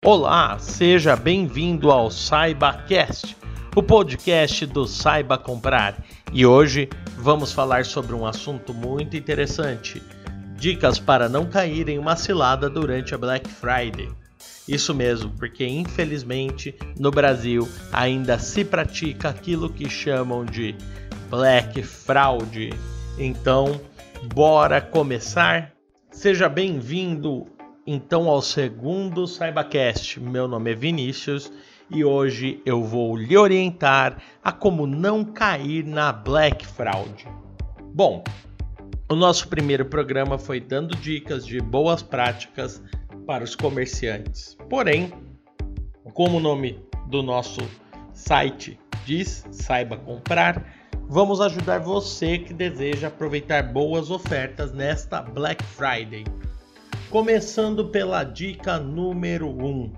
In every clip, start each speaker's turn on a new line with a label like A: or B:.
A: Olá, seja bem-vindo ao SaibaCast, o podcast do Saiba Comprar. E hoje vamos falar sobre um assunto muito interessante: dicas para não cair em uma cilada durante a Black Friday. Isso mesmo, porque infelizmente no Brasil ainda se pratica aquilo que chamam de Black Fraud. Então, bora começar? Seja bem-vindo então ao segundo SaibaCast. Meu nome é Vinícius e hoje eu vou lhe orientar a como não cair na Black Fraud. Bom, o nosso primeiro programa foi dando dicas de boas práticas para os comerciantes. Porém, como o nome do nosso site diz, Saiba Comprar, vamos ajudar você que deseja aproveitar boas ofertas nesta Black Friday. Começando pela dica número 1.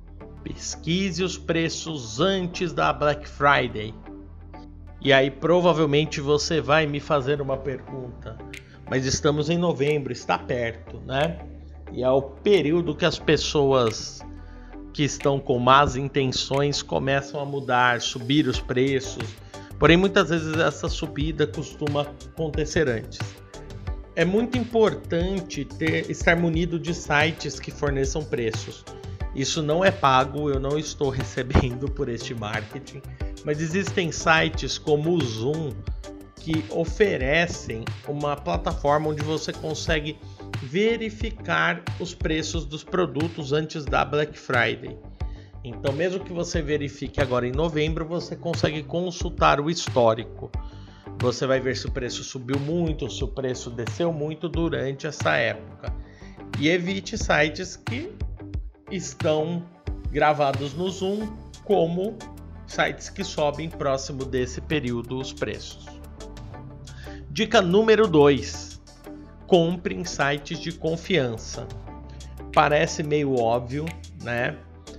A: Pesquise os preços antes da Black Friday. E aí provavelmente você vai me fazer uma pergunta. Mas estamos em novembro, está perto, né? E é o período que as pessoas que estão com más intenções começam a mudar, subir os preços. Porém, muitas vezes essa subida costuma acontecer antes. É muito importante estar munido de sites que forneçam preços. Isso não é pago, eu não estou recebendo por este marketing, mas existem sites como o Zoom que oferecem uma plataforma onde você consegue verificar os preços dos produtos antes da Black Friday. Então, mesmo que você verifique agora em novembro, você consegue consultar o histórico. Você vai ver se o preço subiu muito, se o preço desceu muito durante essa época. E evite sites que estão gravados no Zoom, como sites que sobem próximo desse período os preços. Dica número 2. Compre em sites de confiança. Parece meio óbvio, né?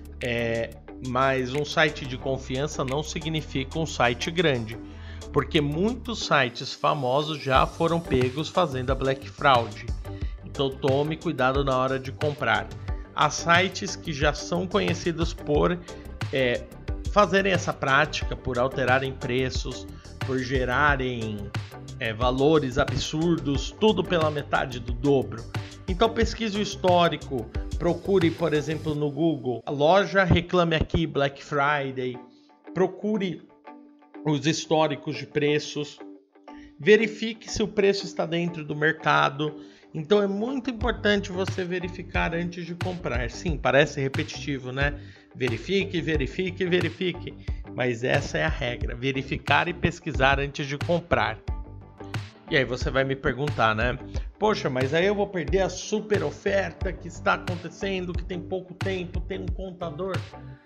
A: Mas um site de confiança não significa um site grande, porque muitos sites famosos já foram pegos fazendo a Black Fraud. Então tome cuidado na hora de comprar. Há sites que já são conhecidos por fazerem essa prática, por alterarem preços, por gerarem valores absurdos, tudo pela metade do dobro. Então pesquise o histórico, procure, por exemplo, no Google, a loja Reclame Aqui Black Friday, procure os históricos de preços, verifique se o preço está dentro do mercado. Então é muito importante você verificar antes de comprar. Sim, parece repetitivo, né? Verifique, verifique, verifique. Mas essa é a regra, verificar e pesquisar antes de comprar. E aí você vai me perguntar, né? Poxa, mas aí eu vou perder a super oferta que está acontecendo, que tem pouco tempo, tem um contador.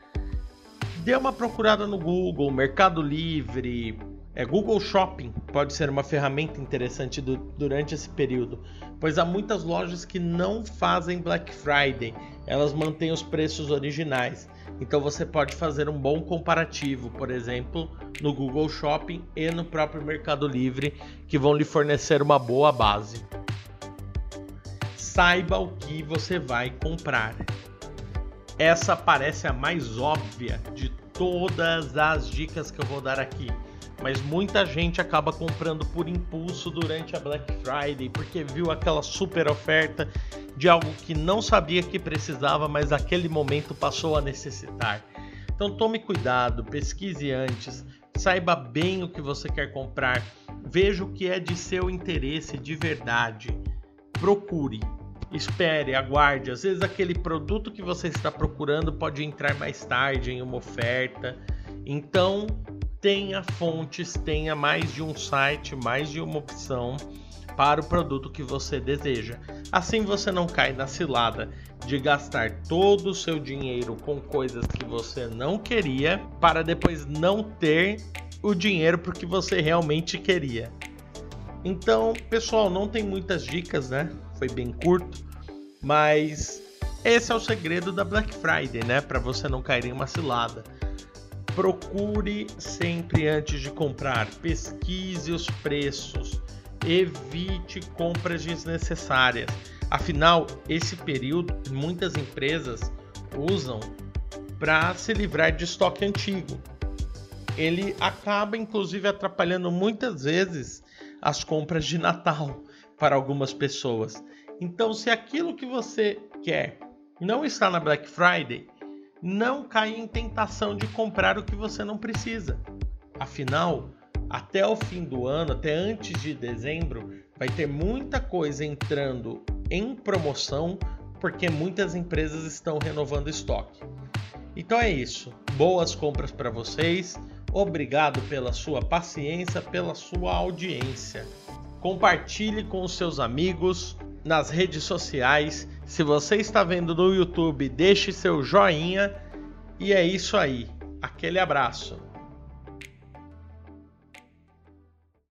A: Dê uma procurada no Google, Mercado Livre, Google Shopping pode ser uma ferramenta interessante durante esse período, pois há muitas lojas que não fazem Black Friday, elas mantêm os preços originais. Então você pode fazer um bom comparativo, por exemplo, no Google Shopping e no próprio Mercado Livre, que vão lhe fornecer uma boa base. Saiba o que você vai comprar. Essa parece a mais óbvia de todas as dicas que eu vou dar aqui, mas muita gente acaba comprando por impulso durante a Black Friday, porque viu aquela super oferta de algo que não sabia que precisava, mas naquele momento passou a necessitar. Então tome cuidado, pesquise antes, saiba bem o que você quer comprar, veja o que é de seu interesse de verdade, procure. Espere, aguarde. Às vezes aquele produto que você está procurando pode entrar mais tarde em uma oferta. Então tenha fontes, tenha mais de um site, mais de uma opção para o produto que você deseja. Assim você não cai na cilada de gastar todo o seu dinheiro com coisas que você não queria, para depois não ter o dinheiro para o que você realmente queria. Então, pessoal, não tem muitas dicas, né? Foi bem curto, mas esse é o segredo da Black Friday, né? Para você não cair em uma cilada. Procure sempre antes de comprar, pesquise os preços, evite compras desnecessárias. Afinal, esse período, muitas empresas usam para se livrar de estoque antigo. Ele acaba, inclusive, atrapalhando muitas vezes as compras de Natal para algumas pessoas. Então, se aquilo que você quer não está na Black Friday, não caia em tentação de comprar o que você não precisa. Afinal, até o fim do ano, até antes de dezembro, vai ter muita coisa entrando em promoção, porque muitas empresas estão renovando estoque. Então é isso. Boas compras para vocês. Obrigado pela sua paciência, pela sua audiência. Compartilhe com os seus amigos nas redes sociais. Se você está vendo no YouTube, deixe seu joinha. E é isso aí. Aquele abraço.